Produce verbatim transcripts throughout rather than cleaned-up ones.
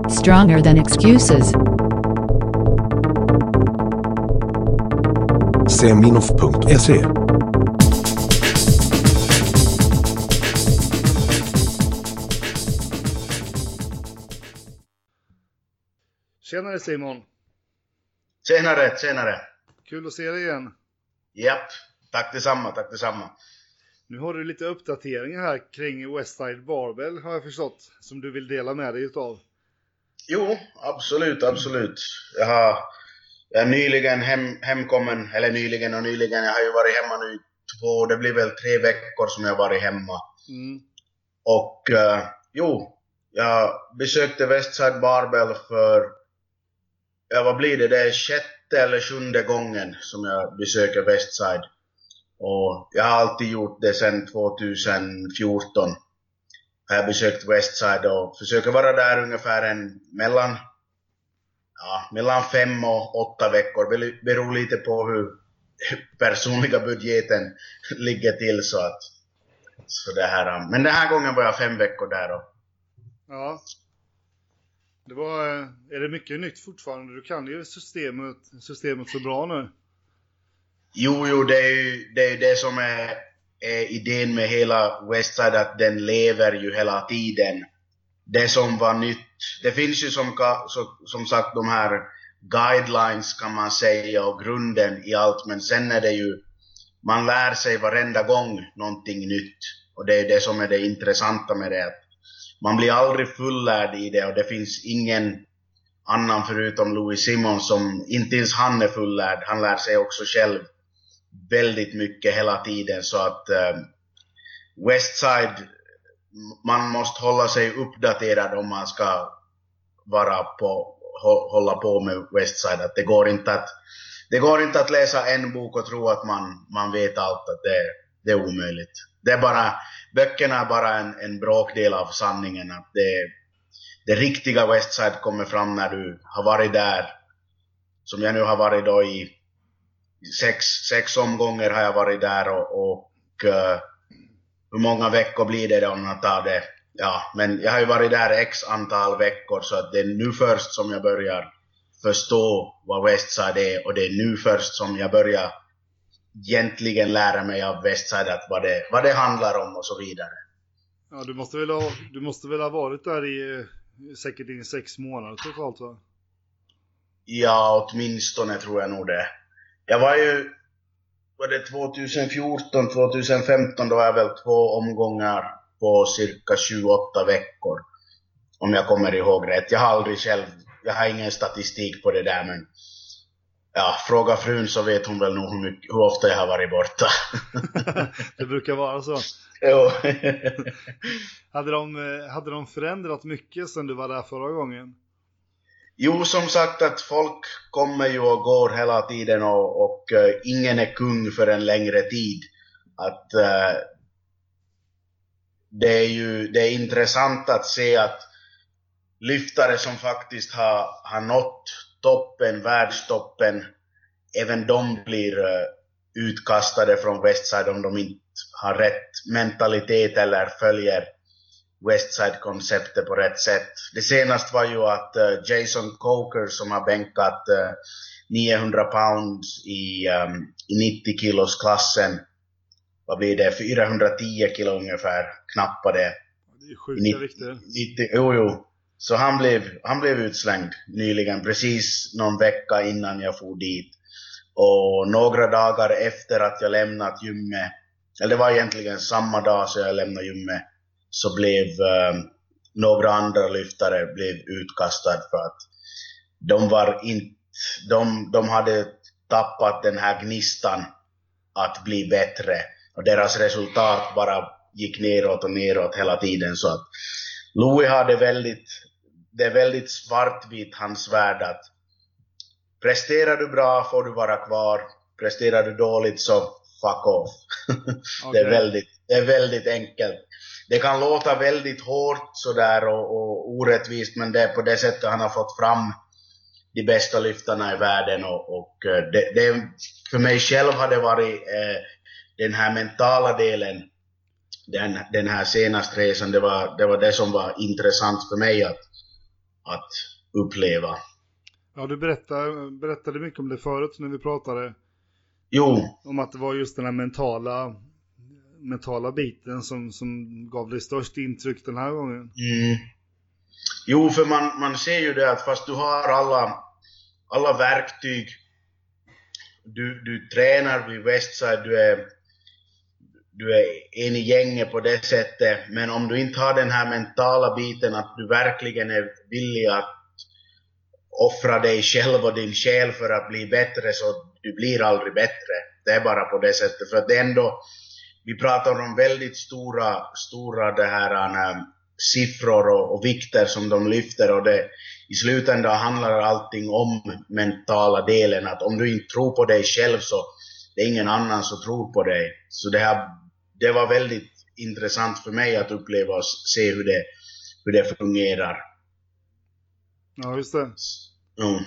Stronger than excuses. Seminoff punkt se. Tjenare Simon. Tjenare, tjenare. Kul att se dig igen. Japp, tack detsamma, tack detsamma. Nu har du lite uppdateringar här kring Westside Barbell har jag förstått, som du vill dela med dig utav. Jo, absolut, absolut. Jag har jag är nyligen hem, hemkommen, eller nyligen och nyligen, jag har ju varit hemma nu två, det blir väl tre veckor som jag har varit hemma. Mm. Och uh, jo, jag besökte Westside Barbell för, ja vad blir det, det är sjätte eller sjunde gången som jag besöker Westside. Och jag har alltid gjort det sedan tjugohundrafjorton. Jag har besökt Westside och försöker vara där ungefär en mellan, ja, mellan fem och åtta veckor. Beror lite på hur personliga budgeten ligger till så att så det här. Men den här gången var jag fem veckor där då. Ja. Det var, är det mycket nytt fortfarande? Du kan ju systemet, systemet så bra nu. Jo, jo, det är ju det, är det som är, är idén med hela Westside, att den lever ju hela tiden. Det som var nytt, det finns ju som, som sagt de här guidelines kan man säga och grunden i allt, men sen är det ju, man lär sig varenda gång någonting nytt. Och det är det som är det intressanta med det. Man blir aldrig fullärd i det och det finns ingen annan förutom Louis Simmons som inte ens han är fullärd. Han lär sig också själv väldigt mycket hela tiden, så att uh, Westside, man måste hålla sig uppdaterad om man ska vara på, hålla på med Westside. Att det går inte att det går inte att läsa en bok och tro att man, man vet allt, att det, det är omöjligt. Det är bara, böckerna är bara en, en bråkdel av sanningen. Att det, det riktiga Westside kommer fram när du har varit där, som jag nu har varit då i sex, sex omgångar har jag varit där och, och uh, hur många veckor blir det om man tar det? Ja, men jag har ju varit där x antal veckor, så att det är nu först som jag börjar förstå vad Westside är, och det är nu först som jag börjar egentligen lära mig av Westside att vad det, vad det handlar om och så vidare. Ja, du måste väl ha, du måste väl ha varit där i säkert i sex månader totalt, va? Ja, åtminstone tror jag nog det. Jag var ju, var det tjugohundrafjorton tjugohundrafemton, då var jag väl två omgångar på cirka tjugoåtta veckor. Om jag kommer ihåg rätt. Jag har aldrig själv, jag har ingen statistik på det där, men ja, fråga frun så vet hon väl nog hur, mycket, hur ofta jag har varit borta. Det brukar vara så. Jo. hade, de, hade de förändrat mycket sedan du var där förra gången? Jo, som sagt att folk kommer ju och går hela tiden och, och uh, ingen är kung för en längre tid. Att uh, det är ju det är intressant att se att lyftare som faktiskt har, har nått toppen, världstoppen, även de blir uh, utkastade från Westside om de inte har rätt mentalitet eller följer Westside-konceptet på rätt sätt. Det senaste var ju att uh, Jason Coker, som har bänkat uh, niohundra pounds i, um, i nittio kilos klassen, vad blir det, fyrahundratio kilo ungefär, knappade. Det är sjuka vikter. nittio, jo, jo. Så han blev, han blev utslängd nyligen, precis någon vecka innan jag for dit. Och några dagar efter att jag lämnat gymmet, eller det var egentligen samma dag så jag lämnade gymmet, så blev eh, några andra lyftare blev utkastade för att de var inte, de, de hade tappat den här gnistan att bli bättre, och deras resultat bara gick neråt och neråt hela tiden. Så att Louis hade väldigt, det är väldigt svartvitt hans värld, att presterar du bra får du vara kvar, presterar du dåligt så fuck off. Okay. det, är väldigt, det är väldigt enkelt. Det kan låta väldigt hårt sådär och, och orättvist, men det är på det sättet han har fått fram de bästa lyftarna i världen. Och, och det, det, för mig själv har det varit eh, den här mentala delen, den, den här senaste resan, det var, det var det som var intressant för mig. Att att uppleva. Ja, du berättade, berättade mycket om det förut när vi pratade. Jo. Om att det var just den här mentala, mentala biten som, som gav dig störst intryck den här gången. Mm. Jo, för man, man ser ju det att fast du har alla, alla verktyg, du, du tränar vid Westside, du är, du är en i gänget på det sättet, men om du inte har den här mentala biten att du verkligen är villig att offra dig själv och din själ för att bli bättre, så du blir aldrig bättre. Det är bara på det sättet, för att det ändå, vi pratar om väldigt stora, stora det här äh, siffror och, och vikter som de lyfter, och det, i slutändan handlar allting om mentala delen, att om du inte tror på dig själv så det är ingen annan som tror på dig. Så det, här, det var väldigt intressant för mig att uppleva och se hur det, hur det fungerar. Ja, just det. Mm.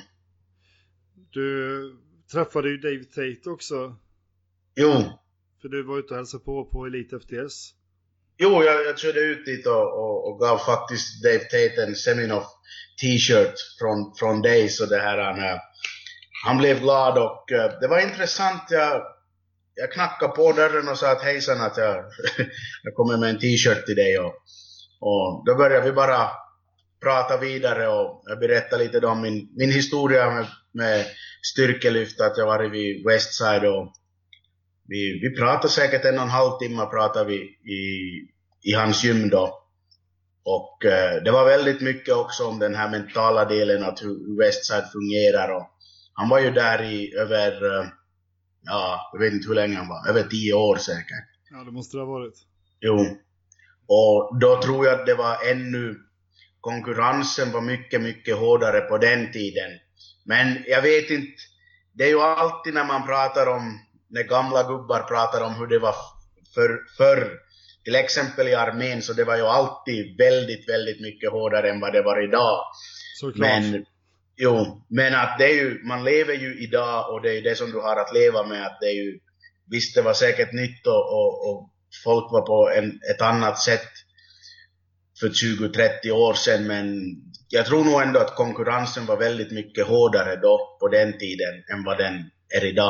Du träffade ju Dave Tate också. Jo. För du var ute och hälsade på på Elite F T S. Jo, jag, jag körde ut dit och, och, och gav faktiskt Dave Tate en Seminoff t-shirt från, från dig. Så det här, han, han blev glad och uh, det var intressant. Jag, jag knackade på dörren och sa att hejsan, att jag, jag kommer med en t-shirt till dig. Och, och då började vi bara prata vidare och jag berättade lite om min, min historia med, med styrkelyft, att jag varit vid Westside, och vi, vi pratade säkert en och en halv timme pratade vi i, i hans gym då. Och eh, det var väldigt mycket också om den här mentala delen, att hur Westside fungerar, och han var ju där i över, eh, ja, jag vet inte hur länge han var, över tio år säkert. Ja, det måste det ha varit. Jo, och då tror jag att det var ännu, konkurrensen var mycket, mycket hårdare på den tiden. Men jag vet inte, det är ju alltid när man pratar om, när gamla gubbar pratar om hur det var för, förr, till exempel i armén, så det var ju alltid väldigt, väldigt mycket hårdare än vad det var idag. Såklart. Men, jo, men att det är ju, man lever ju idag, och det är ju det som du har att leva med, att det är ju, visst det var säkert nytt och, och, och folk var på en, ett annat sätt för tjugo trettio år sedan, men jag tror nog ändå att konkurrensen var väldigt mycket hårdare då på den tiden än vad den är idag.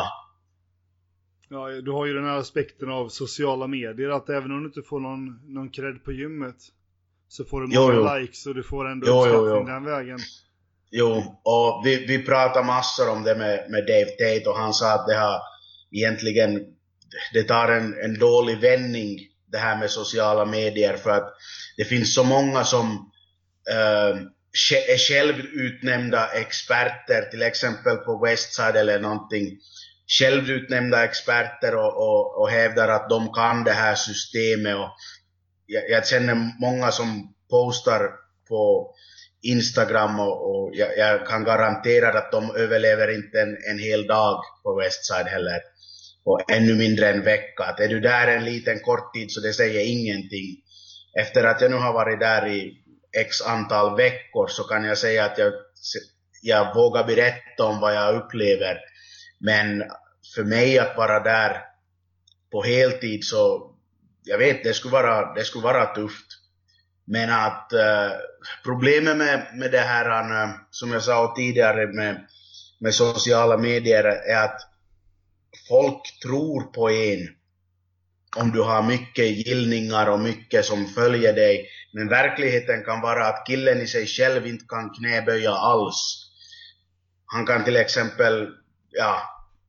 Ja, du har ju den här aspekten av sociala medier, att även om du inte får någon, någon cred på gymmet så får du många jo, jo. likes och du får ändå jo, uppskattning jo, jo. den vägen. Jo, och vi, vi pratar massor om det med, med Dave Tate, och han sa att det har egentligen, det tar en, en dålig vändning det här med sociala medier, för att det finns så många som äh, är självutnämnda experter, till exempel på Westside eller någonting, självutnämnda experter och, och, och hävdar att de kan det här systemet. Och jag, jag känner många som postar på Instagram, och, och jag, jag kan garantera att de överlever inte en, en hel dag på Westside heller, och ännu mindre en vecka. Att är du där en liten kort tid så det säger ingenting. Efter att jag nu har varit där i x antal veckor så kan jag säga att jag, jag vågar berätta om vad jag upplever. Men för mig att vara där på heltid, så jag vet, det skulle vara, det skulle vara tufft. Men att uh, problemet med, med det här, uh, som jag sa tidigare med, med sociala medier, är att folk tror på en om du har mycket gillningar och mycket som följer dig. Men verkligheten kan vara att killen i sig själv inte kan knäböja alls. Han kan till exempel, ja,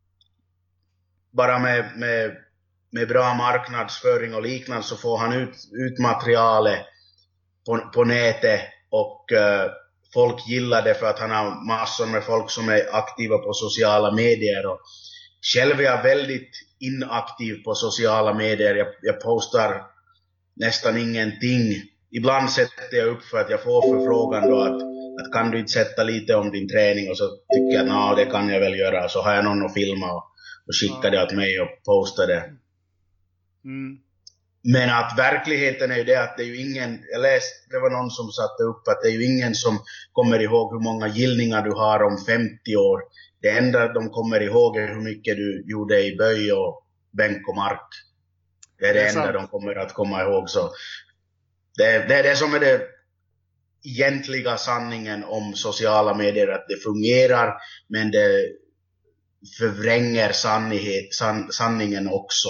bara med, med, med bra marknadsföring och liknande så får han ut, ut materialet på, på nätet, och uh, folk gillar det för att han har massor med folk som är aktiva på sociala medier. Och själv är jag väldigt inaktiv på sociala medier. Jag, jag postar nästan ingenting. Ibland sätter jag upp för att jag får förfrågan då att, att kan du inte sätta lite om din träning, och så tycker jag att det kan jag väl göra. Så har jag någon att filma och, och skicka det åt mig och posta det. Mm. Men att verkligheten är ju det att det är ju ingen, jag läste, det var någon som satte upp att det är ju ingen som kommer ihåg hur många gillningar du har om femtio år. Det enda de kommer ihåg är hur mycket du gjorde i böj och bänk och mark. Det är det, det är enda sant. De kommer att komma ihåg. Så det, det är det som är det egentliga sanningen om sociala medier, att det fungerar, men det förvränger sannighet, san, sanningen också.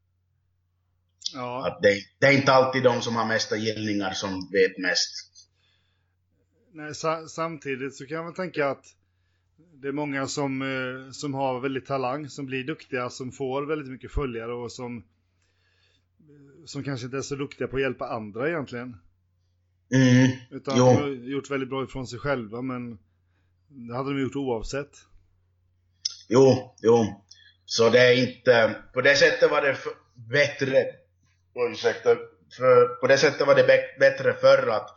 Ja. Att det, det är inte alltid de som har mesta gillningar som vet mest. Nej, sa, samtidigt så kan jag väl tänka att det är många som, eh, som har väldigt talang, som blir duktiga, som får väldigt mycket följare och som, som kanske inte är så duktiga på att hjälpa andra egentligen. Mm, Utan jo. de har gjort väldigt bra ifrån sig själva, men det hade de gjort oavsett. Jo, jo. Så det är inte, på det sättet var det för, bättre, oh, ursäkta, för, på det sättet var det be, bättre förr att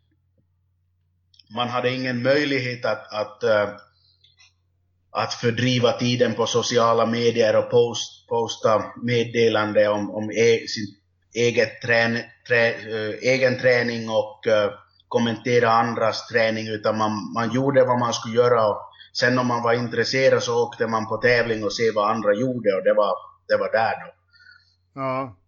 man hade ingen möjlighet att, att, uh, att fördriva tiden på sociala medier och post, posta meddelande om, om e, sin eget trän, trä, uh, egen träning och uh, kommentera andras träning, utan man, man gjorde vad man skulle göra, och sen om man var intresserad så åkte man på tävling och se vad andra gjorde, och det var, det var där då. Ja.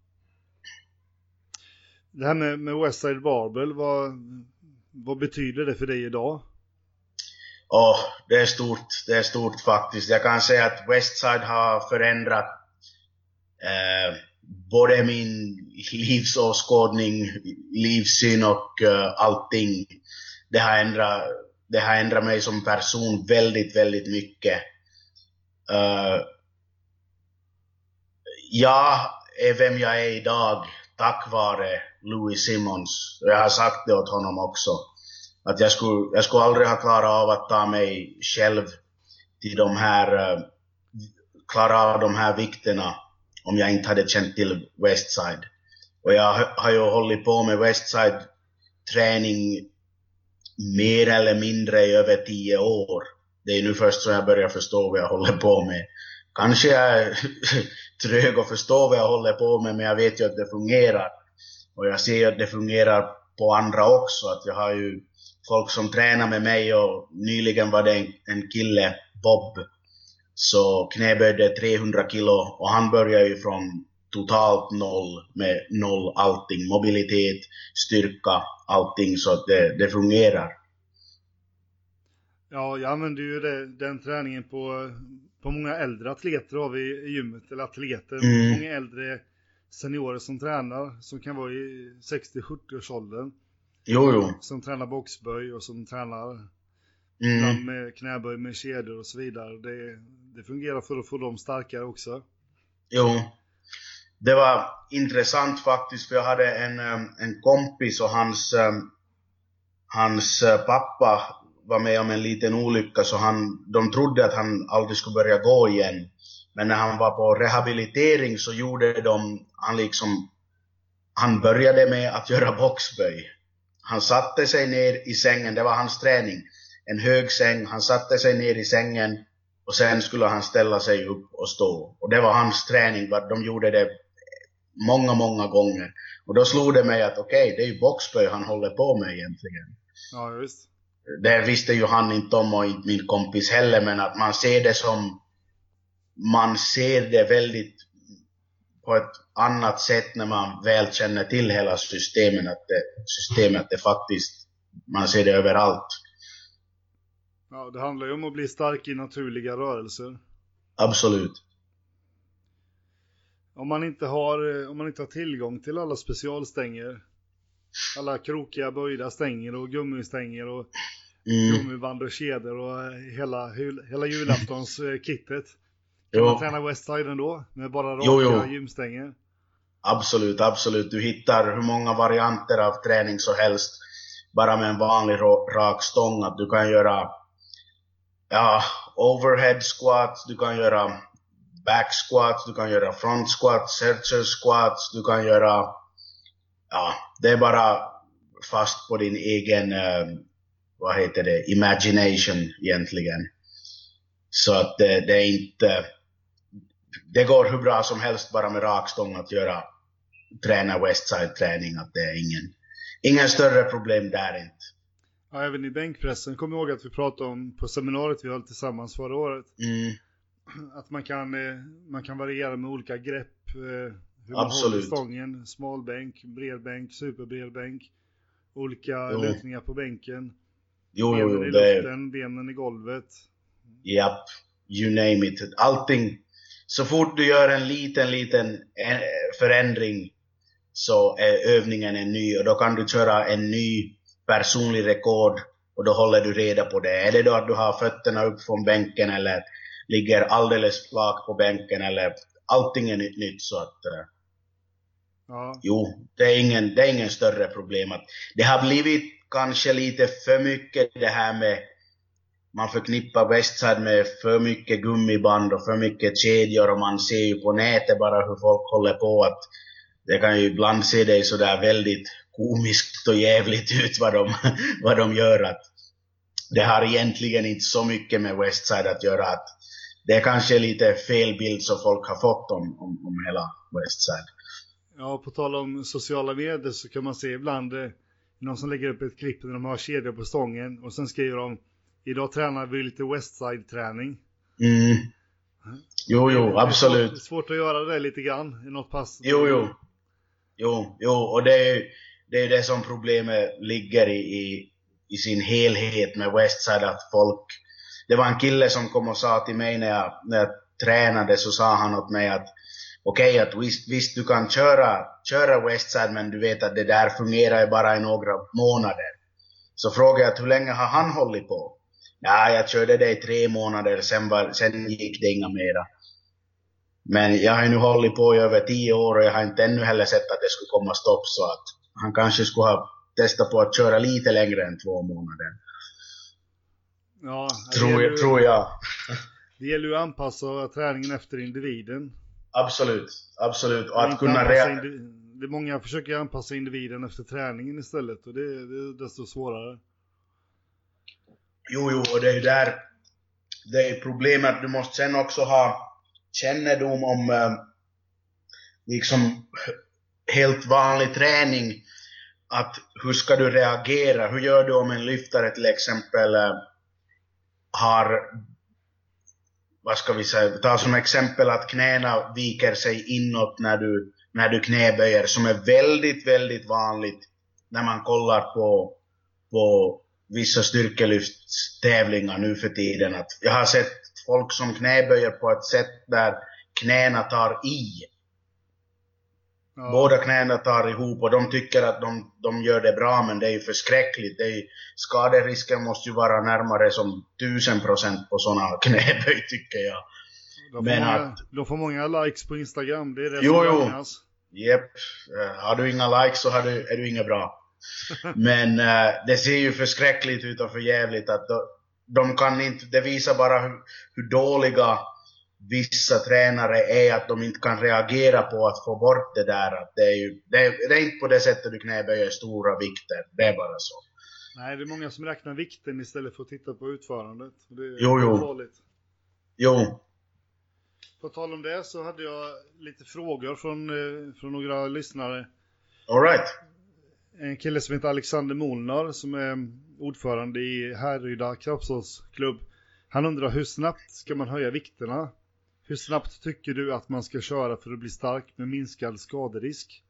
Det här med, med Westside Barbell, vad, vad betyder det för dig idag? Ja, oh, det är stort, det är stort faktiskt. Jag kan säga att Westside har förändrat eh, både min livsåskådning, livssyn och uh, allting. Det har ändrat, det har ändrat mig som person väldigt, väldigt mycket. Uh, jag är vem jag är idag tack vare Louis Simmons. Jag har sagt det åt honom också. Att jag skulle, jag skulle aldrig ha klarat av att ta mig själv till de här, uh, klara av de här vikterna om jag inte hade känt till Westside. Och jag har ju hållit på med Westside träning mer eller mindre i över tio år. Det är nu först som jag börjar förstå vad jag håller på med. Kanske jag är trög att förstå vad jag håller på med, men jag vet ju att det fungerar. Och jag ser att det fungerar på andra också. Att jag har ju folk som tränar med mig, och nyligen var det en, en kille, Bob, så knäböjde trehundra kilo, och han börjar ju från totalt noll, med noll allting, mobilitet, styrka, allting, så att det, det fungerar. Ja, jag använder ju det, den träningen på, på många äldre atleter har vi i gymmet, eller atleter, mm. många äldre seniorer som tränar, som kan vara i sextio sjuttio års åldern. Jo, jo. Som tränar boxböj och som tränar mm. med knäböj med kedjor och så vidare. Det, det fungerar för att få dem starkare också. Jo. Det var intressant faktiskt, för jag hade en, en kompis, och hans, hans pappa var med om en liten olycka, så han, de trodde att han aldrig skulle börja gå igen. Men när han var på rehabilitering så gjorde de, han liksom, han började med att göra boxböj. Han satte sig ner i sängen, det var hans träning. En hög säng, han satte sig ner i sängen, och sen skulle han ställa sig upp och stå. Och det var hans träning, de gjorde det många, många gånger. Och då slog det mig att okej, okay, det är ju boxböj han håller på med egentligen. Ja, just. Det visste ju han inte om, och inte min kompis heller, men att man ser det som, man ser det väldigt på ett annat sätt när man väl känner till hela systemet, att det, systemet det faktiskt, man ser det överallt. Ja, det handlar ju om att bli stark i naturliga rörelser. Absolut. Om man inte har, om man inte har tillgång till alla specialstänger, alla krokiga böjda stänger och gummistänger och mm. gummiband och kedjor och hela, hela julaftons kittet. Kan jo. man träna Westside ändå med bara raka jo, jo. gymstänger? Absolut, absolut. Du hittar hur många varianter av träning så helst bara med en vanlig rak stång. Att du kan göra ja, overhead squats, du kan göra back squats, du kan göra front squats, circle squats, du kan göra, ja, det är bara fast på din egen, uh, vad heter det, imagination egentligen. Så att det, det är inte, det går hur bra som helst bara med rakstång att göra, träna Westside träning, att det är ingen, ingen större problem där inte. Ja, även i bänkpressen, kommer jag ihåg att vi pratade om på seminariet vi höll tillsammans förra året. Mm. Att man kan, man kan variera med olika grepp. Hur man Absolut. håller stången, smalbänk, bredbänk, superbredbänk. olika Jo. lutningar på bänken. Jo, jo, Benen jo, i det luften, benen i golvet. Japp, you name it. Allting. Så fort du gör en liten, liten eh, förändring så är övningen en ny. Och då kan du köra en ny personlig rekord. Och då håller du reda på det. Är det då att du har fötterna upp från bänken eller ligger alldeles flak på bänken eller allting är nytt, nytt så att... Eh, Ja. Jo, det är, ingen, det är ingen större problem. Att det har blivit kanske lite för mycket det här med... Man förknippar Westside med för mycket gummiband och för mycket kedjor. Och man ser ju på nätet bara hur folk håller på. Att det kan ju ibland se det så där väldigt komiskt och jävligt ut vad de, vad de gör. Att det har egentligen inte så mycket med Westside att göra. Att det är kanske lite fel bild som folk har fått om, om, om hela Westside. Ja, på tal om sociala medier så kan man se ibland eh, någon som lägger upp ett klipp när de har kedjor på stången och sen skriver de: idag tränar vi lite Westside-träning. Mm. Jo, jo, absolut. Det är svårt, svårt att göra det lite grann i något pass. Jo, jo. Jo, jo, och det är ju det, är det som problemet ligger i, i, i sin helhet med Westside. Att folk... Det var en kille som kom och sa till mig när jag, när jag tränade, så sa han åt mig att okej, okay, att visst, visst du kan köra, köra Westside, men du vet att det där fungerar bara i några månader. Så frågade jag att hur länge har han hållit på? Ja, jag körde det i tre månader, sen, var, sen gick det inga mera. Men jag har ju nu hållit på i över tio år och jag har inte ännu heller sett att det skulle komma stopp, så att han kanske skulle ha testat på att köra lite längre än två månader. Ja, tror, jag, ju, tror jag. Det gäller ju att anpassa träningen efter individen. Absolut, absolut. Och att kunna rea- det är många försöker anpassa individen efter träningen istället, och det, det är desto svårare. Jo, jo, och det är där det är problemet att du måste sen också ha kännedom om eh, liksom helt vanlig träning. Att hur ska du reagera? Hur gör du om en lyftare till exempel eh, har, vad ska vi säga, ta som exempel att knäna viker sig inåt när du, när du knäböjer, som är väldigt, väldigt vanligt när man kollar på, på vissa styrkelyftstävlingar nu för tiden. Att jag har sett folk som knäböjer på ett sätt där knäna tar i. Ja. Båda knäna tar ihop och de tycker att de, de gör det bra, men det är ju förskräckligt. Det är ju, skaderisken måste ju vara närmare som tusen procent på sådana knäböj, tycker jag. De får, många, att, de får många likes på Instagram, det är det jo, som jo. räknas. Japp, uh, har du inga likes så har du, är du inga bra. Men uh, det ser ju förskräckligt ut och för jävligt att de, de kan inte, det visar bara hur, hur dåliga vissa tränare är, att de inte kan reagera på att få bort det där. Att det, är ju, det, är, det är inte på det sättet du knäböjer stora vikter, det är bara så. Nej, det är många som räknar vikten istället för att titta på utförandet. Det är jo, jo. farligt. Jo. På tal om det så hade jag lite frågor från, från några lyssnare. All right. En kille som heter Alexander Molnar som är ordförande i Härryda kroppsårsklubb. Han undrar, hur snabbt ska man höja vikterna? Hur snabbt tycker du att man ska köra för att bli stark med minskad skaderisk?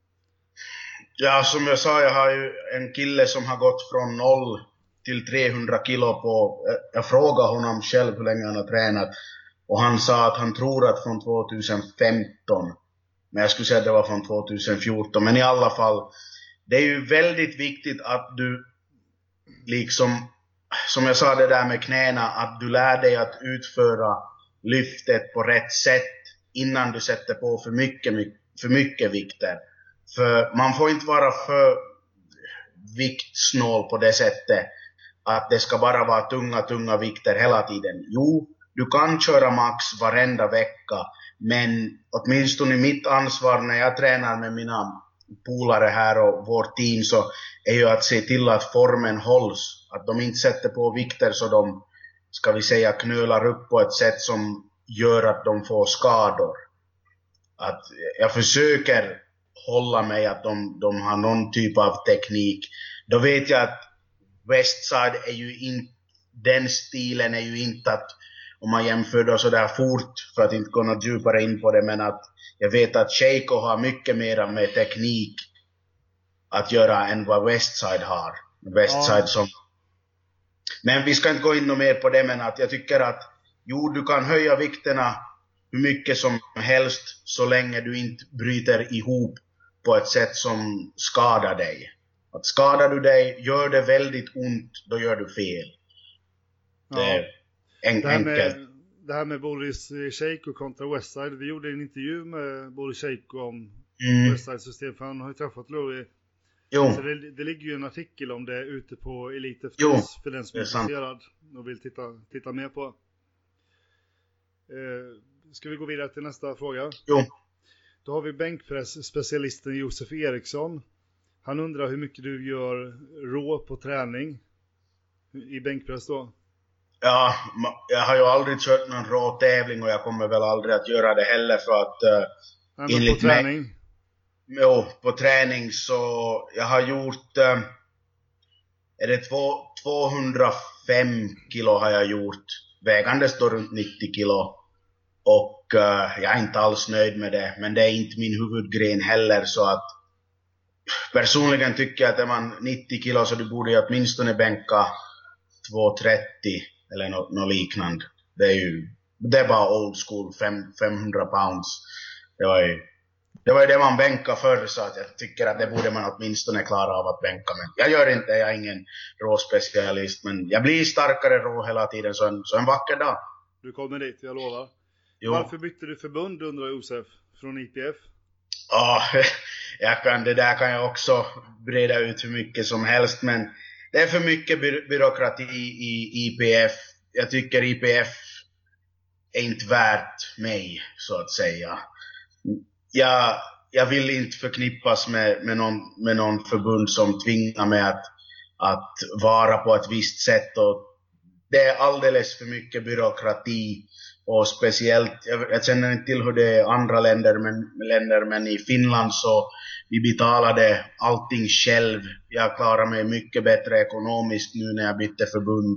Ja, som jag sa, jag har ju en kille som har gått från noll till trehundra kilo på... Jag frågade honom själv hur länge han har tränat. Och han sa att han tror att från tjugohundrafemton. Men jag skulle säga att det var från tjugohundrafjorton. Men i alla fall, det är ju väldigt viktigt att du liksom... Som jag sa det där med knäna, att du lär dig att utföra lyftet på rätt sätt innan du sätter på för mycket, för mycket vikter. För man får inte vara för viktsnål på det sättet att det ska bara vara tunga, tunga vikter hela tiden. Jo, du kan köra max varenda vecka, men åtminstone mitt ansvar när jag tränar med mina polare här och vårt team så är ju att se till att formen hålls. Att de inte sätter på vikter så de, ska vi säga, knölar upp på ett sätt som gör att de får skador. Att jag försöker hålla mig att de, de har någon typ av teknik. Då vet jag att Westside är ju inte, den stilen är ju inte att, om man jämför då så där fort, för att inte gå något djupare in på det, men att jag vet att Sheiko har mycket mer med teknik. att göra än vad Westside har. Westside Ja. som... Men vi ska inte gå in och mer på det, men att jag tycker att jo, du kan höja vikterna hur mycket som helst så länge du inte bryter ihop på ett sätt som skadar dig. Att skadar du dig, gör det väldigt ont, då gör du fel. Ja. Det är en, Det här, enkelt. med, det här med Boris Sheiko kontra Westside. Vi gjorde en intervju med Boris Sheiko om Mm. Westside-system. För han har ju träffat Louis. Jo, Så det, det ligger ju en artikel om det ute på Elite F T Jo, S för den som det är är sant. intresserad och vill titta, titta mer på. Eh, ska vi gå vidare till nästa fråga? jo. Då har vi bänkpress-specialisten Josef Eriksson. Han undrar hur mycket du gör rå på träning i bänkpress då. Ja, ma- jag har ju aldrig kört någon rå tävling och jag kommer väl aldrig att göra det heller för att uh, Nej, men på enligt mig, träning. jo, på träning så jag har gjort uh, är det två, tvåhundrafem kilo har jag gjort, vägande står runt nittio kilo och uh, jag är inte alls nöjd med det, men det är inte min huvudgren heller, så att personligen tycker jag att är man nittio kilo så du borde ju åtminstone bänka tvåhundratrettio eller något, något liknande. Det är ju det är bara old school, fem, femhundra pounds. Det var ju det var ju det man bänkade förr, så att jag tycker att det borde man åtminstone klara av att bänka. Men jag gör inte, jag är ingen råspecialist, men jag blir starkare rå hela tiden, så en, så en vacker dag. Du kommer dit, jag lovar. Jo. Varför bytte du förbund, undrar Josef, från I P F? Ja, jag kan, det där kan jag också breda ut hur mycket som helst, men det är för mycket by- byråkrati i I P F. Jag tycker I P F är inte värt mig, så att säga. Jag, jag vill inte förknippas med, med, någon, med någon förbund som tvingar mig att, att vara på ett visst sätt. Och det är alldeles för mycket byråkrati. Och speciellt, jag, jag känner inte till hur det är i andra länder men, länder, men i Finland så vi betalade allting själv. Jag klarar mig mycket bättre ekonomiskt nu när jag bytte förbund.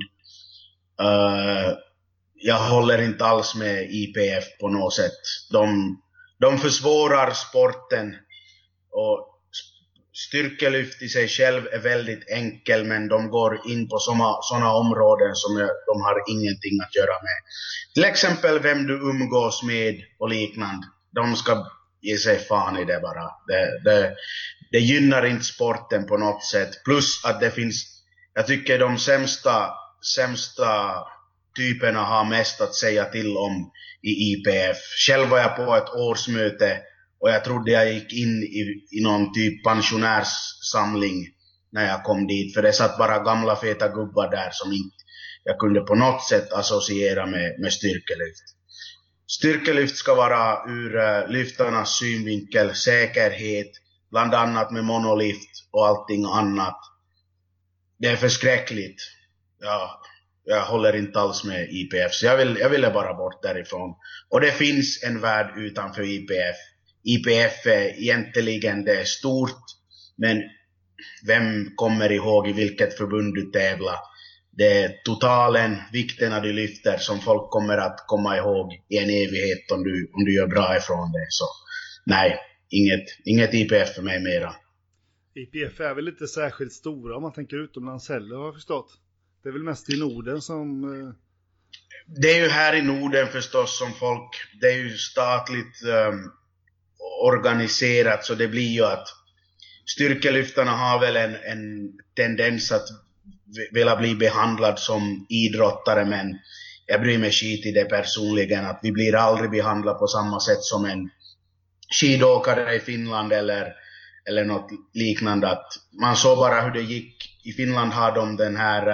Uh, jag håller inte alls med I P F på något sätt. De, de försvårar sporten, och styrkelyft i sig själv är väldigt enkel, men de går in på sådana områden som jag, de har ingenting att göra med. Till exempel vem du umgås med och liknande. De ska ge sig fan i det bara. Det, det, det gynnar inte sporten på något sätt. Plus att det finns, jag tycker de sämsta, sämsta typerna har mest att säga till om i I P F. Själv var jag på ett årsmöte och jag trodde jag gick in i, i någon typ pensionärssamling när jag kom dit. För det satt bara gamla feta gubbar där som inte jag kunde på något sätt associera med, med styrkelyft. Styrkelyft ska vara ur uh, lyftarnas synvinkel, säkerhet, bland annat med monolift och allting annat. Det är förskräckligt. Ja, jag håller inte alls med I P F, så jag, vill, jag ville bara bort därifrån. Och det finns en värld utanför I P F. I P F är egentligen det är stort, men vem kommer ihåg i vilket förbund du tävlar? Det är totalen, vikterna du lyfter som folk kommer att komma ihåg i en evighet om du, om du gör bra ifrån det. Så nej, inget, inget I P F för mig mera. I P F är väl inte särskilt stora om man tänker utomlands heller, har jag förstått. Det är väl mest i Norden som... Eh... Det är ju här i Norden förstås som folk, det är ju statligt um, organiserat, så det blir ju att styrkelyftarna har väl en, en tendens att vilja bli behandlad som idrottare, men jag bryr mig skit i det personligen, att vi blir aldrig behandlade på samma sätt som en skidåkare i Finland eller, eller något liknande. Att man såg bara hur det gick. I Finland har de den här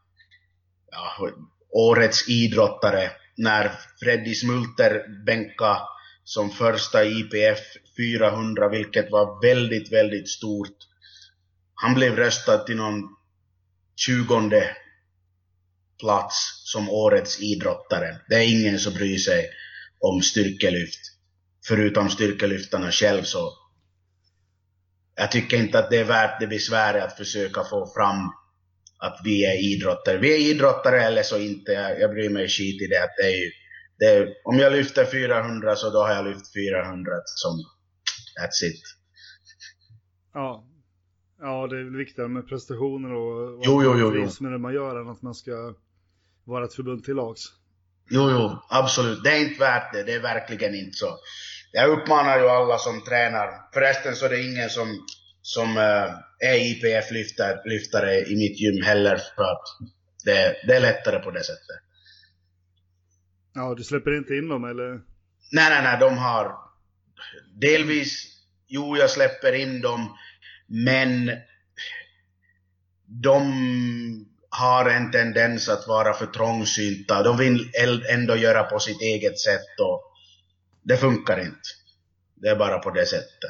ja, årets idrottare när Freddy Smulter bänka som första I P F fyrahundra, vilket var väldigt, väldigt stort. Han blev röstad till någon tjugonde plats som årets idrottare. Det är ingen som bryr sig om styrkelyft, förutom styrkelyftarna själv, så jag tycker inte att det är värt det besväret att försöka få fram att vi är idrottare. Vi är idrottare eller så inte. Jag, jag bryr mig skit i det. Att det är, det är, om jag lyfter fyrahundra så då har jag lyft fyrahundra som that's it. Ja. Ja, det är väl viktigare med prestationer och, och Jo, jo, jo, jo. med det man gör än att man ska vara ett förbund till lags. Jo, jo, absolut. Det är inte värt det. Det är verkligen inte så. Jag uppmanar ju alla som tränar. Förresten så är det ingen som, som uh, är I P F-lyftare i mitt gym heller, för att det, det är lättare på det sättet. Ja, du släpper inte in dem, eller? Nej, nej, nej. De har delvis, jo, jag släpper in dem, men de har en tendens att vara för trångsynta. De vill ändå göra på sitt eget sätt, och det funkar inte. Det är bara på det sättet.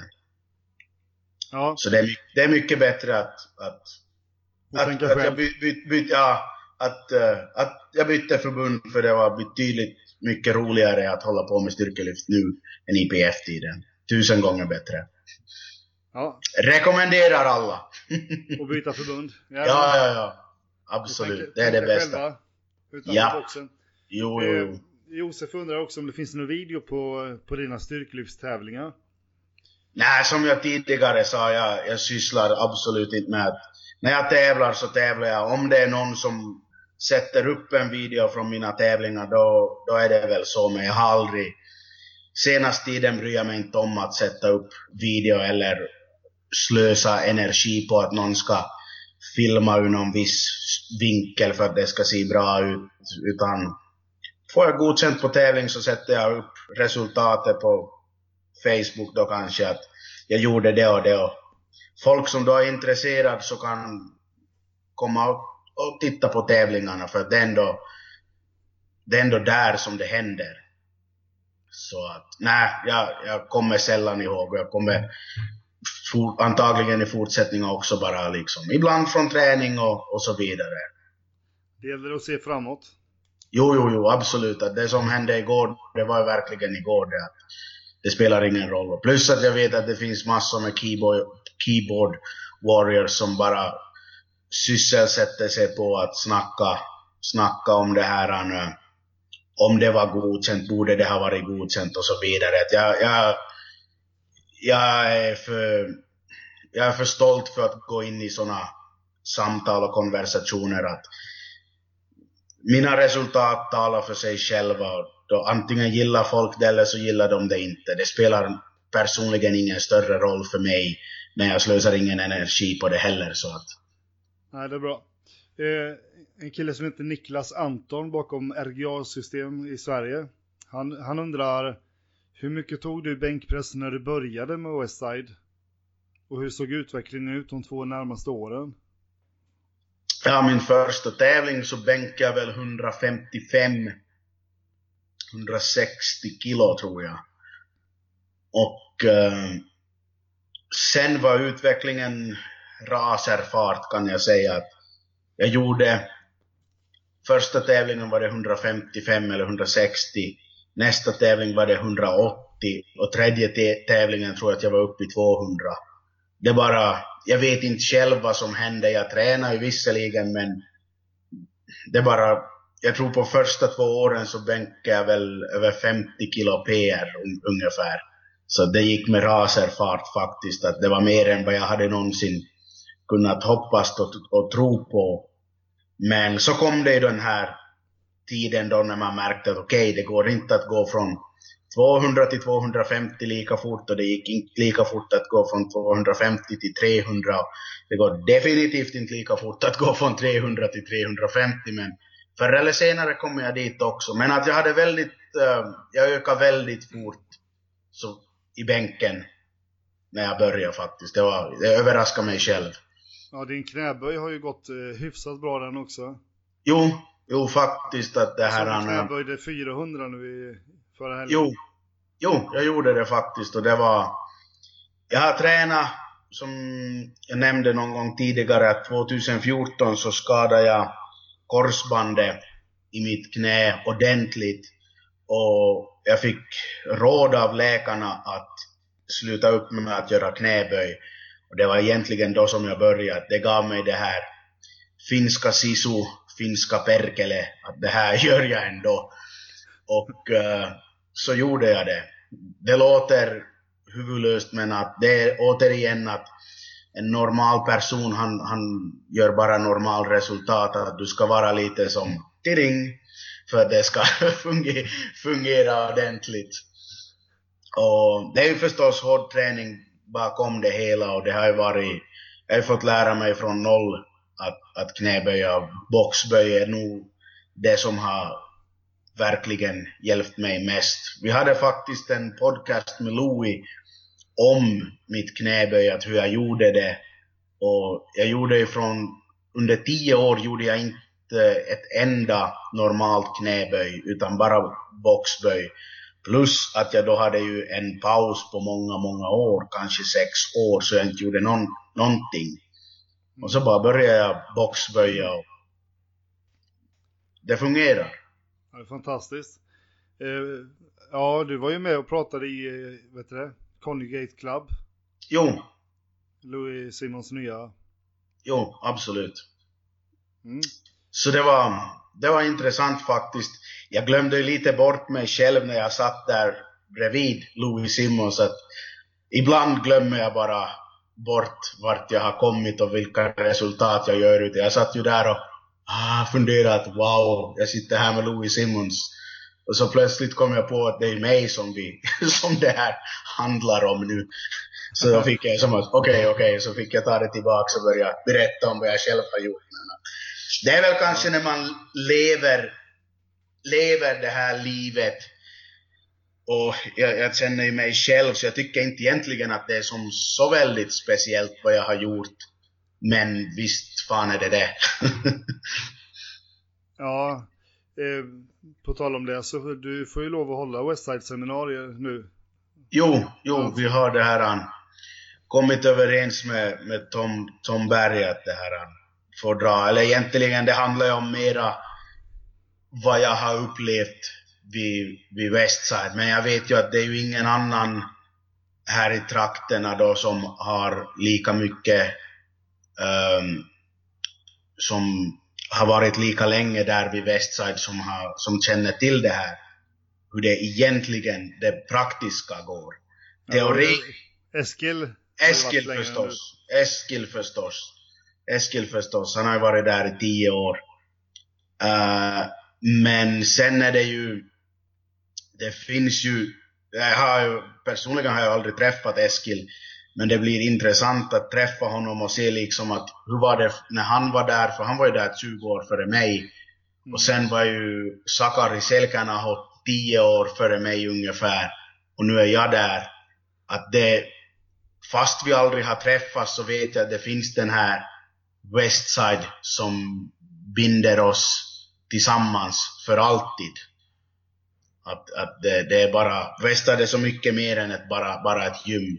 Ja. Så det är, det är mycket bättre att att, att, att jag by, by, by, ja, att, uh, att jag bytte förbund, för det var betydligt mycket roligare att hålla på med styrkelyft nu än I P F-tiden. Tusen gånger bättre. Ja. Rekommenderar alla. Och byta förbund. Ja, ja, ja. ja. Absolut, tänka, det är det bästa. Själva, ja. Boxen. Jo, jo, jo. Eh, Josef undrar också om det finns någon video på, på dina styrkelyftstävlingar. Nej, som jag tidigare sa, jag, jag sysslar absolut inte med att när jag tävlar så tävlar jag. Om det är någon som sätter upp en video från mina tävlingar, då, då är det väl så. Men jag har aldrig, senaste tiden bryr jag mig inte om att sätta upp video eller slösa energi på att någon ska filma ur någon viss vinkel för att det ska se bra ut. Utan får jag godkänt på tävling så sätter jag upp resultatet på Facebook då kanske att jag gjorde det och det. Och folk som då är intresserade så kan komma och, och titta på tävlingarna, för det är ändå, det är ändå där som det händer. Så att nej, jag, jag kommer sällan ihåg, och jag kommer for, antagligen i fortsättningen också bara liksom ibland från träning och, och så vidare. Det gäller att se framåt. Jo, jo, jo, absolut. Att det som hände igår, det var verkligen igår det. Att det spelar ingen roll. Plus att jag vet att det finns massor med keyboard, keyboard warriors som bara sysselsätter sig på att snacka, snacka om det här nu. Om det var godkänt, borde det ha varit godkänt och så vidare. Att jag, jag, jag, är för, jag är för stolt för att gå in i såna samtal och konversationer. Att mina resultat talar för sig själva. Då antingen gillar folk det eller så gillar de det inte. Det spelar personligen ingen större roll för mig. Men jag slösar ingen energi på det heller. Så att... Nej, det är bra. Eh, en kille som heter Niklas Anton bakom R G A-system i Sverige. Han, han undrar, hur mycket tog du i bänkpress när du började med Westside? Och hur såg utvecklingen ut de två närmaste åren? Ja, min första tävling så bänkade jag väl hundrafemtiofem hundrasextio kilo tror jag. Och eh, sen var utvecklingen raserfart, kan jag säga. Att jag gjorde första tävlingen var det hundrafemtiofem eller hundrasextio. Nästa tävling var det hundraåttio. Och tredje tävlingen tror jag att jag var uppe i tvåhundra. Det bara, jag vet inte själv vad som hände. Jag tränar ju visserligen, men det bara, jag tror på första två åren så bänkade jag väl över femtio kilo P R un, ungefär. Så det gick med raserfart faktiskt. Att det var mer än vad jag hade någonsin kunnat hoppas och, och tro på. Men så kom det i den här tiden då när man märkte att okej, okay, det går inte att gå från tvåhundra till tvåhundrafemtio lika fort, och det gick inte lika fort att gå från tvåhundrafemtio till trehundra. Det går definitivt inte lika fort att gå från trehundra till trehundrafemtio, men förr eller senare kommer jag dit också. Men att jag hade väldigt, uh, jag ökade väldigt fort så, i bänken när jag började faktiskt. Det, var, det överraskade mig själv. Ja, din knäböj har ju gått eh, hyfsat bra den också. Jo, jo faktiskt att det här... Så knäböjde fyrahundra nu i förra helgen. Jo, jo, jag gjorde det faktiskt, och det var... Jag har tränat, som jag nämnde någon gång tidigare, att tjugohundrafjorton så skadade jag korsbandet i mitt knä ordentligt. Och jag fick råd av läkarna att sluta upp med att göra knäböj. Och det var egentligen då som jag började. Det gav mig det här finska sisu, finska perkele. Att det här gör jag ändå. Och uh, så gjorde jag det. Det låter huvudlöst, men att det är återigen att en normal person, han, han gör bara normal resultat, att du ska vara lite som tiding för att det ska fungera, fungera ordentligt. Och det är ju förstås hård träning bakom det hela, och det har ju varit, jag har fått lära mig från noll att, att knäböja och boxböj är nog det som har verkligen hjälpt mig mest. Vi hade faktiskt en podcast med Louis om mitt knäböj, att hur jag gjorde det. Och jag gjorde ju från, under tio år gjorde jag inte ett enda normalt knäböj, utan bara boxböj. Plus att jag då hade ju en paus på många, många år, kanske sex år, så jag inte gjorde någon, någonting. Och så bara började jag boxböja och det fungerar. Ja, det är fantastiskt. Eh, ja, du var ju med och pratade i, vet du det, Conjugate Club. Jo. Louis Simons nya. Jo, absolut. Mm. Så det var, det var intressant faktiskt. Jag glömde lite bort mig själv när jag satt där bredvid Louis Simons. Att ibland glömmer jag bara bort vart jag har kommit och vilka resultat jag gör ute. Jag satt ju där och ah, funderat, wow, jag sitter här med Louis Simons. Och så plötsligt kom jag på att det är mig som, vi, som det här handlar om nu. Så då fick jag som att, okej, okay, okej, okay, så fick jag ta det tillbaka och börja berätta om vad jag själv har gjort. Det är väl kanske när man lever, lever det här livet, och jag, jag känner ju mig själv, så jag tycker inte egentligen att det är som så väldigt speciellt vad jag har gjort. Men visst fan är det det. Ja, eh, på tal om det, så du får ju lov att hålla Westside-seminarier nu. Jo, jo, vi har det här han kommit överens med, med Tom, Tom Berg att det här han får dra. Eller egentligen det handlar ju om mera vad jag har upplevt vid, vid Westside. Men jag vet ju att det är ju ingen annan här i trakterna då som har lika mycket um, som har varit lika länge där vid Westside som, har, som känner till det här. Hur det egentligen, det praktiska går. Teori... Ja, Eskil. Eskil förstås. Eskil förstås. Eskil förstås. Han har ju varit där i tio år. Uh, men sen är det ju... Det finns ju... Jag har ju... Personligen har jag aldrig träffat Eskil. Men det blir intressant att träffa honom och se liksom att hur var det när han var där, för han var ju där tjugo år före mig. Mm. Och sen var ju Sakari Selkänaho tio år före mig ungefär. Och nu är jag där. Att det, fast vi aldrig har träffats, så vet jag att det finns den här Westside som binder oss tillsammans för alltid. Att, att det, det är bara, Westside är så mycket mer än ett, bara, bara ett gym.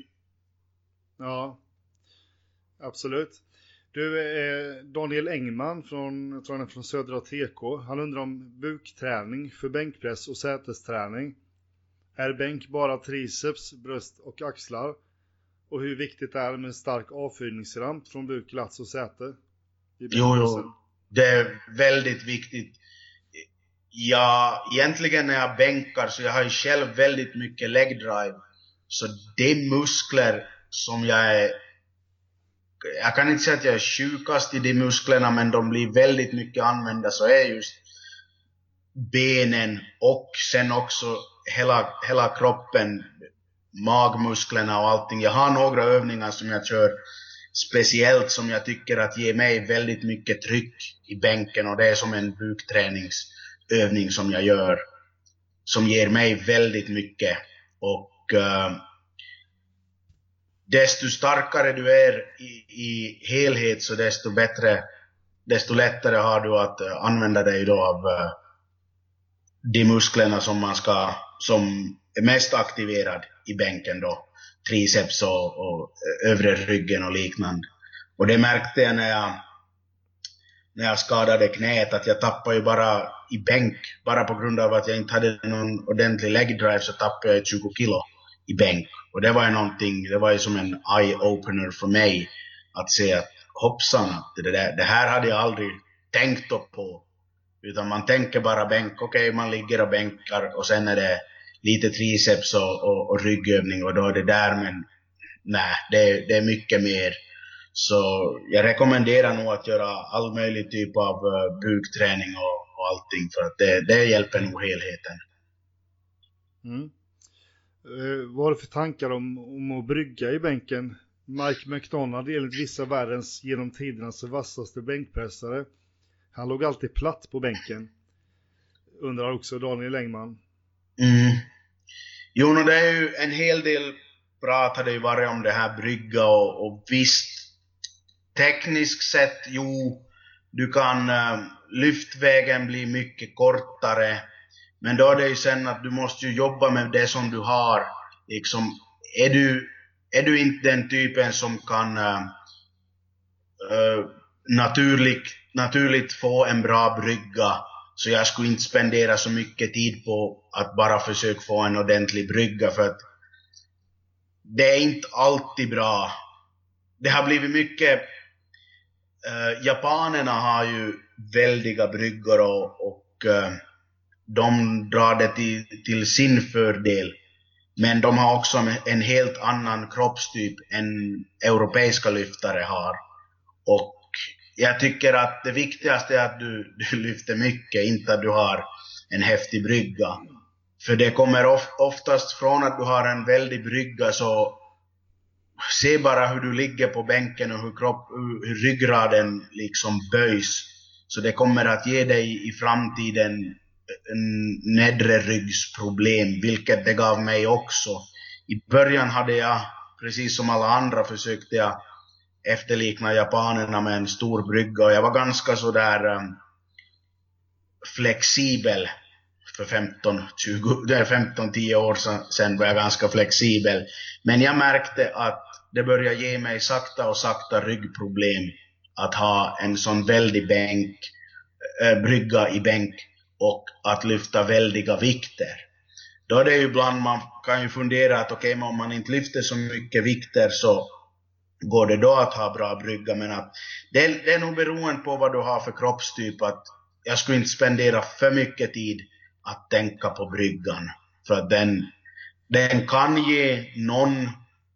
Ja, absolut. Du, eh, Daniel Engman från, jag tror han är från Södra T K. Han undrar om bukträning för bänkpress och sätesträning. Är bänk bara triceps, bröst och axlar? Och hur viktigt det är med en stark avfyrningsramp från buk, lats och säte? Jo, jo, det är väldigt viktigt. Ja, egentligen när jag bänkar så jag har ju själv väldigt mycket leg drive. Så de muskler som jag är, jag kan inte säga att jag är sjukast i de musklerna, men de blir väldigt mycket använda, så är just benen och sen också hela, hela kroppen, magmusklerna och allting. Jag har några övningar som jag kör speciellt som jag tycker att ger mig väldigt mycket tryck i bänken, och det är som en bukträningsövning som jag gör som ger mig väldigt mycket. Och uh, desto starkare du är i, i helhet, så desto bättre, desto lättare har du att uh, använda dig då av uh, de musklerna som man ska, som är mest aktiverad i bänken då, triceps och, och övre ryggen och liknande. Och det märkte jag när jag när jag skadade knät, att jag tappade ju bara i bänk, bara på grund av att jag inte hade någon ordentlig leg drive, så tappade jag tjugo kilo i bänk. Och det var ju någonting, det var ju som en eye-opener för mig att se att hoppsan, att det, där, det här hade jag aldrig tänkt upp på. Utan man tänker bara bänk, okej, okay, man ligger och bänkar och sen är det lite triceps och, och, och ryggövning och då är det där, men nej, det, det är mycket mer. Så jag rekommenderar nog att göra all möjlig typ av uh, bukträning och, och allting, för att det, det hjälper nog helheten. Mm. Uh, vad har du för tankar om, om att brygga i bänken? Mike McDonald är enligt vissa världens genom tidernas vassaste bänkpressare. Han låg alltid platt på bänken. Undrar också Daniel Engman. Mm. Jo, no, det är ju en hel del prat hade ju varit om det här brygga och, och visst, tekniskt sett, jo, du kan uh, lyftvägen bli mycket kortare, men då är det ju sen att du måste ju jobba med det som du har. Liksom, är du, är du inte den typen som kan uh, uh, naturligt, naturligt få en bra brygga, så jag skulle inte spendera så mycket tid på att bara försöka få en ordentlig brygga, för att det är inte alltid bra. Det har blivit mycket... Uh, japanerna har ju väldiga bryggor och, och uh, de drar det till, till sin fördel. Men de har också en, en helt annan kroppstyp än europeiska lyftare har. Och jag tycker att det viktigaste är att du, du lyfter mycket, inte att du har en häftig brygga. För det kommer of, oftast från att du har en väldig brygga, så se bara hur du ligger på bänken och hur, kropp, hur, hur ryggraden liksom böjs. Så det kommer att ge dig i framtiden en nedre ryggsproblem, vilket det gav mig också. I början hade jag, precis som alla andra, försökte jag efterlikna japanerna med en stor brygga, och jag var ganska så där um, flexibel för femton tio år sedan var jag ganska flexibel, men jag märkte att det började ge mig sakta och sakta ryggproblem att ha en sån väldig bänk, äh, brygga i bänk och att lyfta väldiga vikter. Då är det ju ibland man kan ju fundera att okej, okay, om man inte lyfter så mycket vikter så går det då att ha bra brygga, men att det är, det är nog beroende på vad du har för kroppstyp. Att jag skulle inte spendera för mycket tid att tänka på bryggan, för att den, den kan ge någon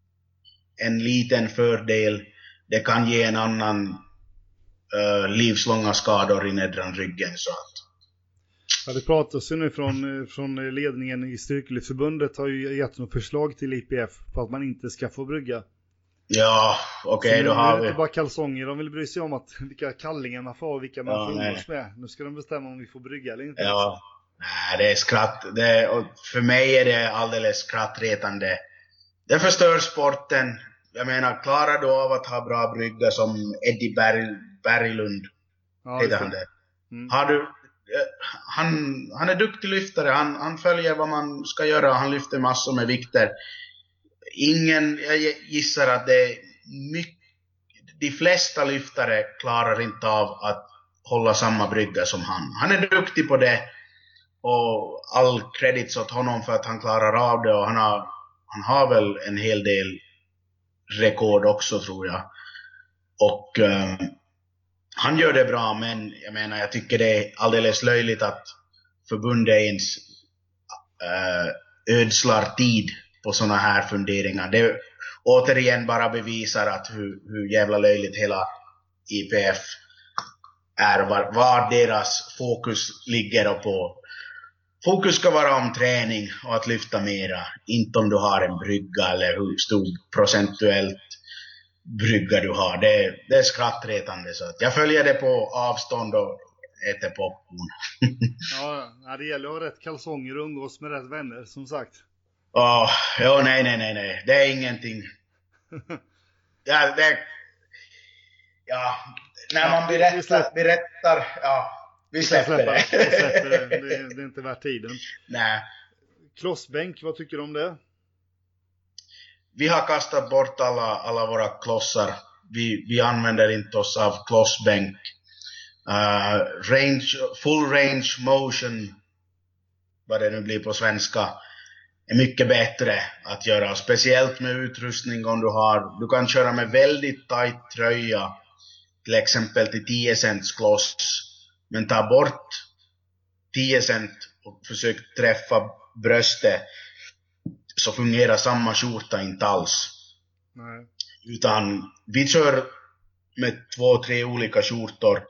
en liten fördel, det kan ge en annan uh, livslånga skador i nedre ryggen. Så att ja, det pratas ju nu från, från ledningen i Styrkelyftförbundet har ju gett något förslag till I P F på att man inte ska få brygga. Ja, okej, okay, då har vi. Det är inte bara kalsonger, de vill bry sig om att vilka kallingar man får och vilka man ja, får umgås med. Nu ska de bestämma om vi får brygga eller inte. Ja, nej, det är skratt. Det, och för mig är det alldeles skrattretande. Det förstör sporten. Jag menar, klarar du av att ha bra brygga som Eddie Berg, Berglund? Ja, heter han det? Mm. Har du, han, han är duktig lyftare. Han, han följer vad man ska göra. Han lyfter massor med vikter. Ingen, jag gissar att det är mycket, de flesta lyftare klarar inte av att hålla samma brygga som han. Han är duktig på det, och all credits åt honom för att han klarar av det, och han har, han har väl en hel del rekord också, tror jag. Och um, han gör det bra, men jag menar, jag tycker det är alldeles löjligt att förbundet ens uh, ödslar tid på såna här funderingar. Det återigen bara bevisar att hur, hur jävla löjligt hela I P F är, var, var deras fokus ligger och på. Fokus ska vara om träning och att lyfta mera, inte om du har en brygga eller hur stor procentuellt brygga du har. Det, det är skrattretande, så att jag följer det på avstånd och äter popcorn. Ja, det gäller att ha rätt kalsonger och umgås med rätt vänner, som sagt. Oh, jo, nej, nej, nej, nej. Det är ingenting. Ja, det, ja, när man berättar, berättar ja, vi släpper, vi släpper det. Vi släpper det. Det, är, det är inte värt tiden. Nej. Klossbänk, vad tycker du om det? Vi har kastat bort alla, alla våra klossar. Vi, vi använder inte oss av klossbänk. Uh, range, full range motion, vad det nu blir på svenska, är mycket bättre att göra, speciellt med utrustning. Om du har, du kan köra med väldigt tight tröja, till exempel till tio cents kloss, men ta bort tio cent och försök träffa bröstet, så fungerar samma skjorta inte alls. Nej. Utan vi kör med två, tre olika skjortor.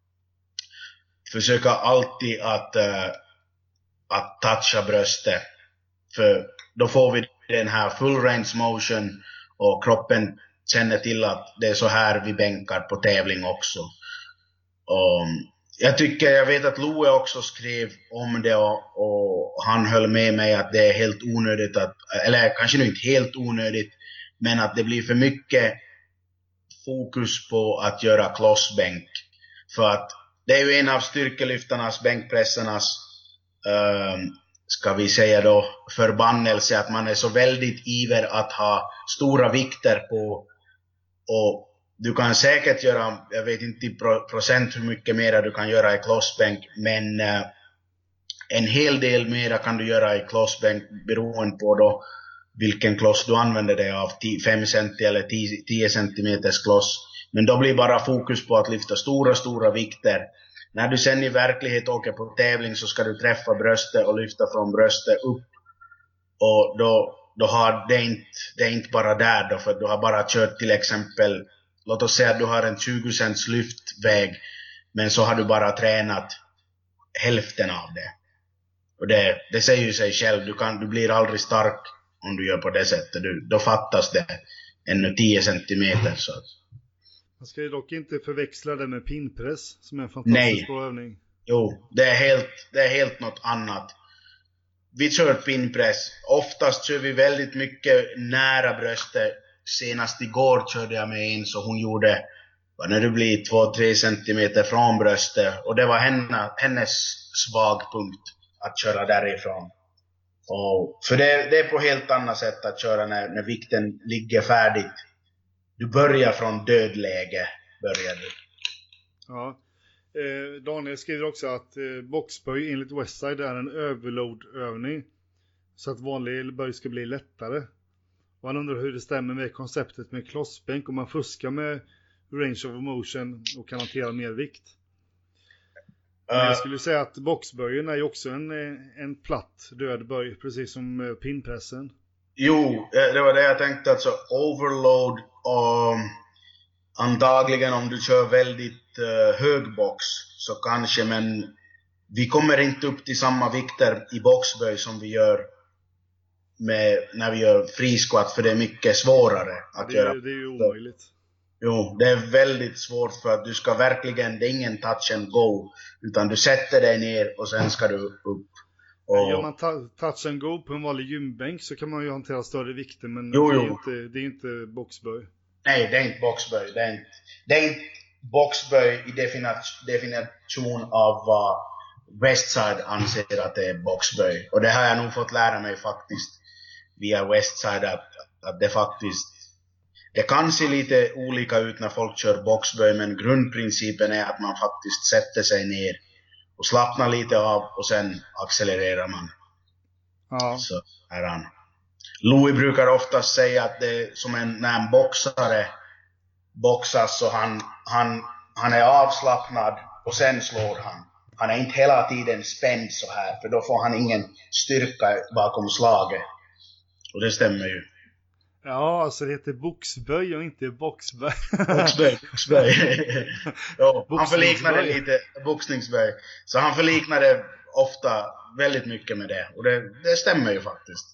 Försöka alltid att, uh, att toucha bröstet. För då får vi den här full range motion och kroppen känner till att det är så här vi bänkar på tävling också. Och jag tycker, jag vet att Loe också skrev om det och, och han höll med mig att det är helt onödigt att, eller kanske nu inte helt onödigt, men att det blir för mycket fokus på att göra klossbänk. För att det är ju en av styrkelyftarnas, bänkpressarnas, um, ska vi säga då, förbannelse att man är så väldigt iver att ha stora vikter på. Och du kan säkert göra, jag vet inte i procent hur mycket mer du kan göra i klossbänk, men uh, en hel del mer kan du göra i klossbänk beroende på då vilken kloss du använder dig av, fem centimeter eller tio centimeters kloss. Men då blir bara fokus på att lyfta stora, stora vikter. När du sen i verklighet åker på tävling så ska du träffa bröstet och lyfta från bröstet upp. Och då, då har det inte, det är inte bara där då, för du har bara kört till exempel, låt oss säga att du har en tjugo cents lyftväg, men så har du bara tränat hälften av det. Och det, det säger ju sig själv, du, kan, du blir aldrig stark om du gör på det sättet. Du, då fattas det ännu tio centimeter. Så. Man ska ju dock inte förväxla det med pinpress som är en fantastisk bra övning. Jo, det är, helt, det är helt något annat. Vi kör pinpress. Oftast kör vi väldigt mycket nära bröstet. Senast igår körde jag med en så hon gjorde, när det blir två till tre centimeter från bröstet. Och det var henne, hennes svag punkt att köra därifrån. Och för det, det är på helt annat sätt att köra när, när vikten ligger färdigt. Du börjar från dödläge, börjar du. Ja. Eh, Daniel skriver också att eh, boxböj enligt Westside är en överload-övning. Så att vanlig böj ska bli lättare. Och han undrar hur det stämmer med konceptet med klossbänk. Om man fuskar med range of motion och kan hantera mer vikt. Men jag skulle säga att boxböjen är ju också en, en platt död böj. Precis som pinpressen. Jo, det var det jag tänkte. Alltså overload och antagligen om du kör väldigt uh, hög box så kanske, men vi kommer inte upp till samma vikter i boxböj som vi gör med, när vi gör frisquat, för det är mycket svårare att det, göra. Det är ju omöjligt. Jo, det är väldigt svårt för att du ska verkligen, det är ingen touch and go, utan du sätter dig ner och sen ska du upp. Och gör man ta- touch and go på en vanlig gymbänk så kan man ju hantera större vikter, men jo, jo. Det, är inte, det är inte boxböj. Nej, det är inte boxböj. Det är inte, det är inte boxböj i definition, definition av vad Westside anser att det är boxböj. Och det har jag nog fått lära mig faktiskt via Westside att, att det faktiskt, det kan se lite olika ut när folk kör boxböj, men grundprincipen är att man faktiskt sätter sig ner och slappnar lite av och sen accelererar man. Ja. Så är han. Louis brukar ofta säga att det är som en, när en boxare boxas så han, han, han är avslappnad och sen slår han. Han är inte hela tiden spänd så här, för då får han ingen styrka bakom slaget. Och det stämmer ju. Ja, alltså det heter boxböj och inte boxböj. Boxböj, boxböj. Jo, han förliknade lite boxningsböj. Så han förliknade ofta väldigt mycket med det. Och det, det stämmer ju faktiskt.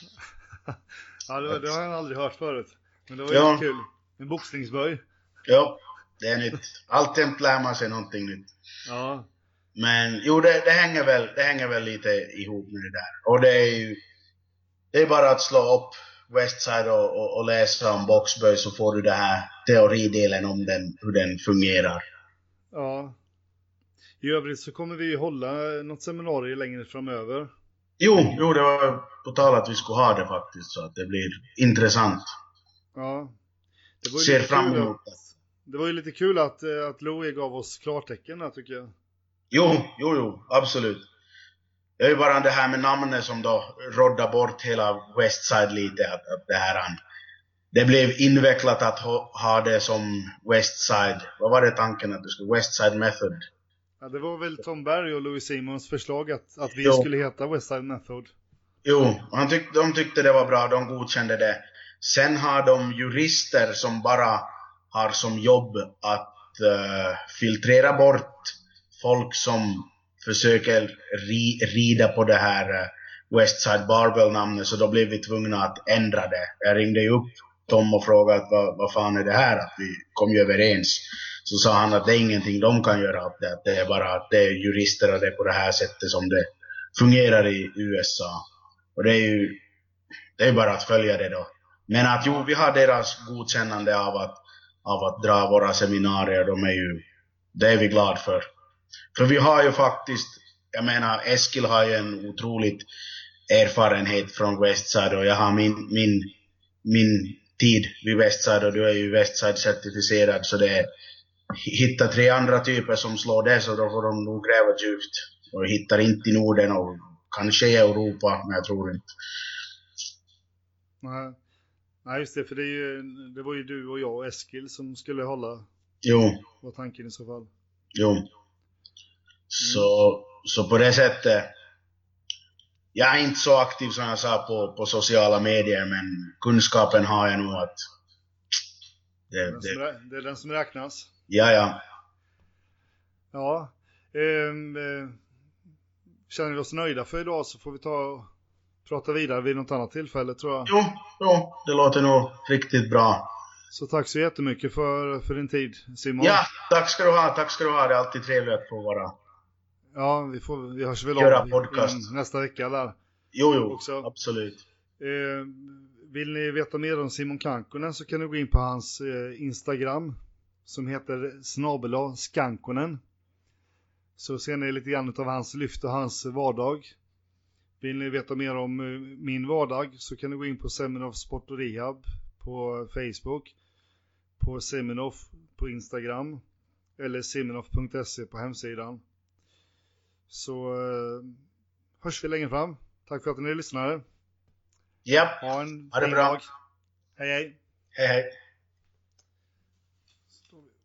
Ja, det, det har jag aldrig hört förut. Men det var ja. ju kul. En boxningsböj. Ja, det är nytt. Alltid lär man sig någonting nytt. Ja. Men jo, det, det, hänger väl, det hänger väl lite ihop med det där. Och det är ju, det är bara att slå upp Westside och, och, och läsa om boxböj, så får du det här teoridelen om den, hur den fungerar. Ja. I övrigt så kommer vi hålla något seminarium längre framöver. Jo, jo, det var på tal att vi skulle ha det faktiskt, så att det blir intressant. Ja. Det var ju Ser lite fram kul emot att, det var ju lite kul att, att Louie gav oss klartecken här, tycker jag. Jo, jo, jo, absolut. Det är ju bara det här med namnet som då roddar bort hela Westside lite. Att, att det här, det blev invecklat att ha, ha det som Westside. Vad var det tanken att det skulle Westside Method? Ja, det var väl Tom Berg och Louis Simons förslag att, att vi jo. skulle heta Westside Method. Jo, han tyck, de tyckte det var bra, de godkände det. Sen har de jurister som bara har som jobb att uh, filtrera bort folk som försöker ri, rida på det här uh, Westside Barbell-namnet, så då blev vi tvungna att ändra det. Jag ringde ju upp Tom och frågade vad, vad fan är det här, att vi kom ju överens. Så sa han att det är ingenting de kan göra åt det, det är bara att det är jurister och det är på det här sättet som det fungerar i U S A. Och det är ju det är bara att följa det då. Men att jo, vi har deras godkännande av att, av att dra våra seminarier, de är ju, det är vi glad för. För vi har ju faktiskt, jag menar, Eskil har ju en otroligt erfarenhet från Westside och jag har min, min, min tid vid Westside och du är ju Westside certifierad, så det är hitta tre andra typer som slår det, så då får de nog gräva djupt och hittar inte i Norden och kanske i Europa, men jag tror inte. Nej, Nej just det, för det, är ju, det var ju du och jag och Eskil som skulle hålla. Jo. Vad tanken i så fall. Jo. Mm. Så, så på det sättet, jag är inte så aktiv som jag sa på, på sociala medier, men kunskapen har jag nog att det, det, det, det är den som räknas. Ja, ja. Ja. Eh, eh, känner vi oss nöjda för idag, så får vi ta prata vidare vid något annat tillfälle, tror jag. Jo, jo, det låter nog riktigt bra. Så tack så jättemycket för, för din tid, Simon. Ja, tack ska du ha, tack ska du ha. Det är alltid trevligt att få vara. Ja, vi, får, vi hörs väl Göra av podcast nästa vecka där. Jo, jo, också. Absolut. Eh, vill ni veta mer om Simon Kankonen, så kan ni gå in på hans eh, Instagram som heter snabel-a Skankonen. Så ser ni lite grann av hans lyft och hans vardag. Vill ni veta mer om eh, min vardag, så kan ni gå in på Seminoff Sport och Rehab på Facebook, på Seminoff på Instagram eller seminoff punkt se på hemsidan. Så eh, hörs vi längre fram. Tack för att ni lyssnade. Japp, ha en ha det fin bra. dag. Hej hej. Hej hej.